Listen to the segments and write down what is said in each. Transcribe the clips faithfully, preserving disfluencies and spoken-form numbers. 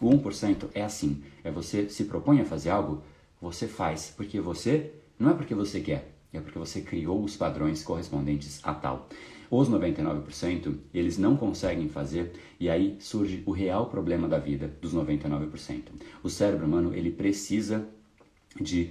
O um por cento é assim, é você se propõe a fazer algo, você faz, porque você, não é porque você quer, é porque você criou os padrões correspondentes a tal. Os noventa e nove por cento, eles não conseguem fazer e aí surge o real problema da vida dos noventa e nove por cento. O cérebro humano, ele precisa de,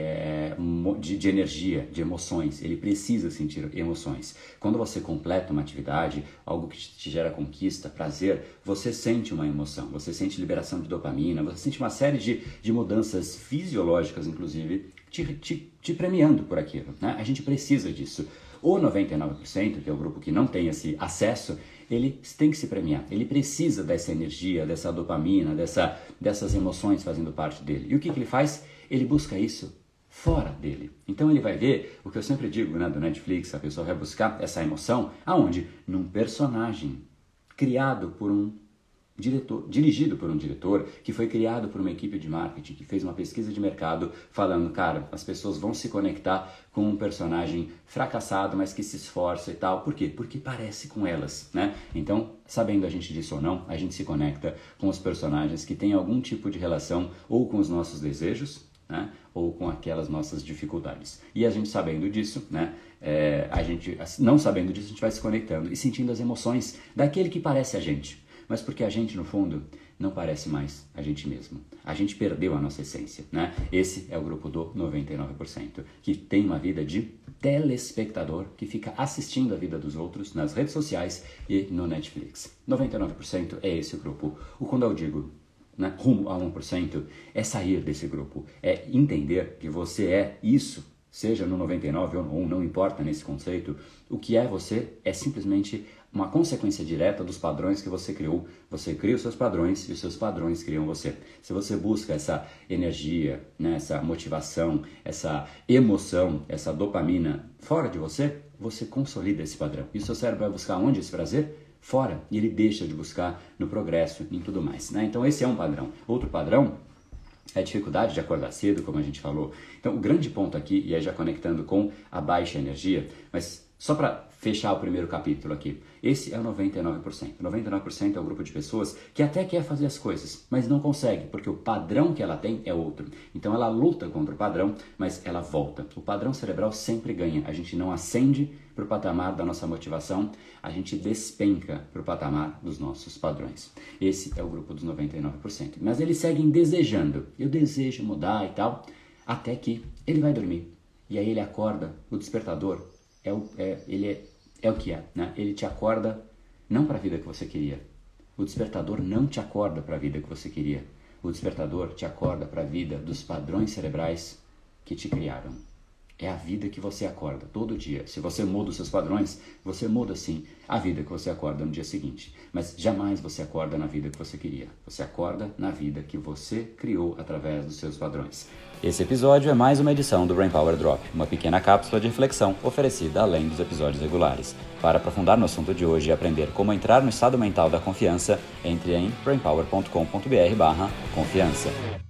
é, de, de energia, de emoções, ele precisa sentir emoções. Quando você completa uma atividade, algo que te gera conquista, prazer, você sente uma emoção, você sente liberação de dopamina, você sente uma série de, de mudanças fisiológicas, inclusive, te, te, te premiando por aquilo, né? A gente precisa disso. O noventa e nove por cento, que é o grupo que não tem esse acesso, ele tem que se premiar. Ele precisa dessa energia, dessa dopamina, dessa, dessas emoções fazendo parte dele. E o que, que ele faz? Ele busca isso fora dele. Então ele vai ver, o que eu sempre digo, né, do Netflix, a pessoa vai buscar essa emoção, aonde? Num personagem criado por um diretor, dirigido por um diretor, que foi criado por uma equipe de marketing, que fez uma pesquisa de mercado falando, cara, as pessoas vão se conectar com um personagem fracassado, mas que se esforça e tal. Por quê? Porque parece com elas, né? Então, sabendo a gente disso ou não, a gente se conecta com os personagens que têm algum tipo de relação ou com os nossos desejos, né? Ou com aquelas nossas dificuldades. E a gente sabendo disso, né? É, a gente, não sabendo disso, a gente vai se conectando e sentindo as emoções daquele que parece a gente. Mas porque a gente, no fundo, não parece mais a gente mesmo. A gente perdeu a nossa essência, né? Esse é o grupo do noventa e nove por cento, que tem uma vida de telespectador, que fica assistindo a vida dos outros nas redes sociais e no Netflix. noventa e nove por cento é esse o grupo. O quando eu digo, né, rumo a um por cento, é sair desse grupo, é entender que você é isso, seja no noventa e nove ou no um, não importa nesse conceito. O que é você é simplesmente uma consequência direta dos padrões que você criou. Você cria os seus padrões e os seus padrões criam você. Se você busca essa energia, né, essa motivação, essa emoção, essa dopamina fora de você, você consolida esse padrão. E o seu cérebro vai buscar onde esse prazer? Fora. E ele deixa de buscar no progresso e em tudo mais, né? Então esse é um padrão. Outro padrão é a dificuldade de acordar cedo, como a gente falou. Então o grande ponto aqui, e aí já conectando com a baixa energia, mas só para fechar o primeiro capítulo aqui, esse é o noventa e nove por cento. noventa e nove por cento é o grupo de pessoas que até quer fazer as coisas, mas não consegue, porque o padrão que ela tem é outro. Então ela luta contra o padrão, mas ela volta. O padrão cerebral sempre ganha. A gente não ascende para o patamar da nossa motivação, a gente despenca para o patamar dos nossos padrões. Esse é o grupo dos noventa e nove por cento. Mas eles seguem desejando. Eu desejo mudar e tal, até que ele vai dormir. E aí ele acorda, o despertador, é o, é, ele é, é o que é, né? Ele te acorda não para a vida que você queria. O despertador não te acorda para a vida que você queria. O despertador te acorda para a vida dos padrões cerebrais que te criaram. É a vida que você acorda todo dia. Se você muda os seus padrões, você muda sim a vida que você acorda no dia seguinte. Mas jamais você acorda na vida que você queria. Você acorda na vida que você criou através dos seus padrões. Esse episódio é mais uma edição do Brain Power Drop, uma pequena cápsula de reflexão oferecida além dos episódios regulares. Para aprofundar no assunto de hoje e aprender como entrar no estado mental da confiança, entre em brainpower ponto com ponto br barra confiança.